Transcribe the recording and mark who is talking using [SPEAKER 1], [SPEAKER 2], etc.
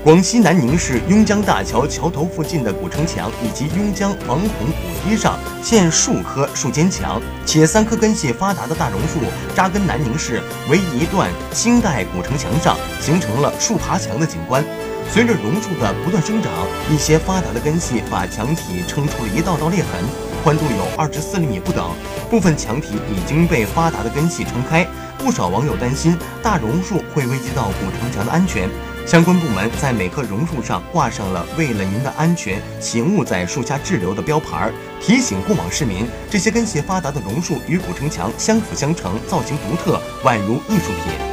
[SPEAKER 1] 广西南宁市邕江大桥桥头附近的古城墙以及邕江防洪古堤上现数棵树间墙，且3棵根系发达的大榕树扎根南宁市唯一段清代古城墙上，形成了树爬墙的景观。随着榕树的不断生长，一些发达的根系把墙体撑出了一道道裂痕，宽度有24厘米不等，部分墙体已经被发达的根系撑开。不少网友担心大榕树会危及到古城墙的安全。相关部门在每棵榕树上挂上了“为了您的安全，请勿在树下滞留”的标牌，提醒过往市民，这些根系发达的榕树与古城墙相辅相成，造型独特，宛如艺术品。